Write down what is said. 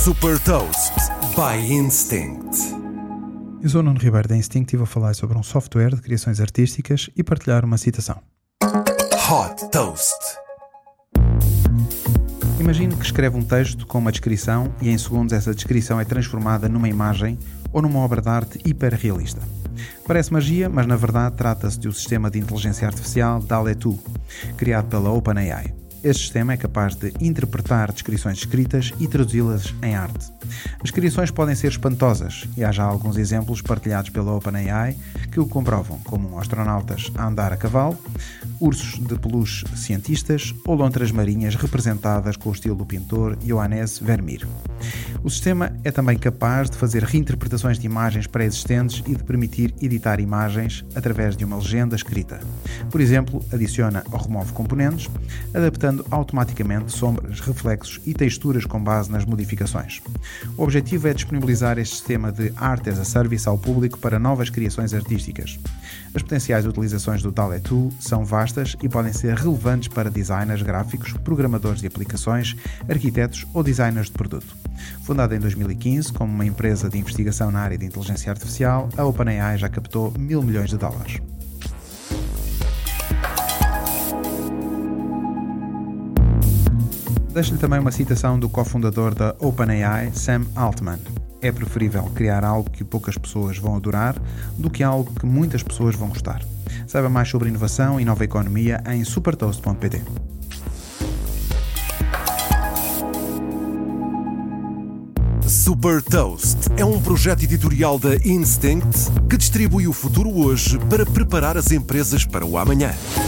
Super Toast by Instinct. Eu sou o Nuno Ribeiro da Instinct e vou falar sobre um software de criações artísticas e partilhar uma citação. Hot Toast. Imagine que escreve um texto com uma descrição e em segundos essa descrição é transformada numa imagem ou numa obra de arte hiperrealista. Parece magia, mas na verdade trata-se de um sistema de inteligência artificial DALL-E 2, criado pela OpenAI. Este sistema é capaz de interpretar descrições escritas e traduzi-las em arte. As criações podem ser espantosas e há já alguns exemplos partilhados pela OpenAI que o comprovam, como astronautas a andar a cavalo, ursos de peluche cientistas ou lontras marinhas representadas com o estilo do pintor Johannes Vermeer. O sistema é também capaz de fazer reinterpretações de imagens pré-existentes e de permitir editar imagens através de uma legenda escrita. Por exemplo, adiciona ou remove componentes, adaptando automaticamente sombras, reflexos e texturas com base nas modificações. O objetivo é disponibilizar este sistema de Art as a Service ao público para novas criações artísticas. As potenciais utilizações do DALL-E 2 são vastas e podem ser relevantes para designers gráficos, programadores de aplicações, arquitetos ou designers de produto. Fundada em 2015 como uma empresa de investigação na área de inteligência artificial, a OpenAI já captou $1.000 milhões. Deixo-lhe também uma citação do cofundador da OpenAI, Sam Altman. É preferível criar algo que poucas pessoas vão adorar do que algo que muitas pessoas vão gostar. Saiba mais sobre inovação e nova economia em supertoast.pt. Super Toast é um projeto editorial da Instinct que distribui o futuro hoje para preparar as empresas para o amanhã.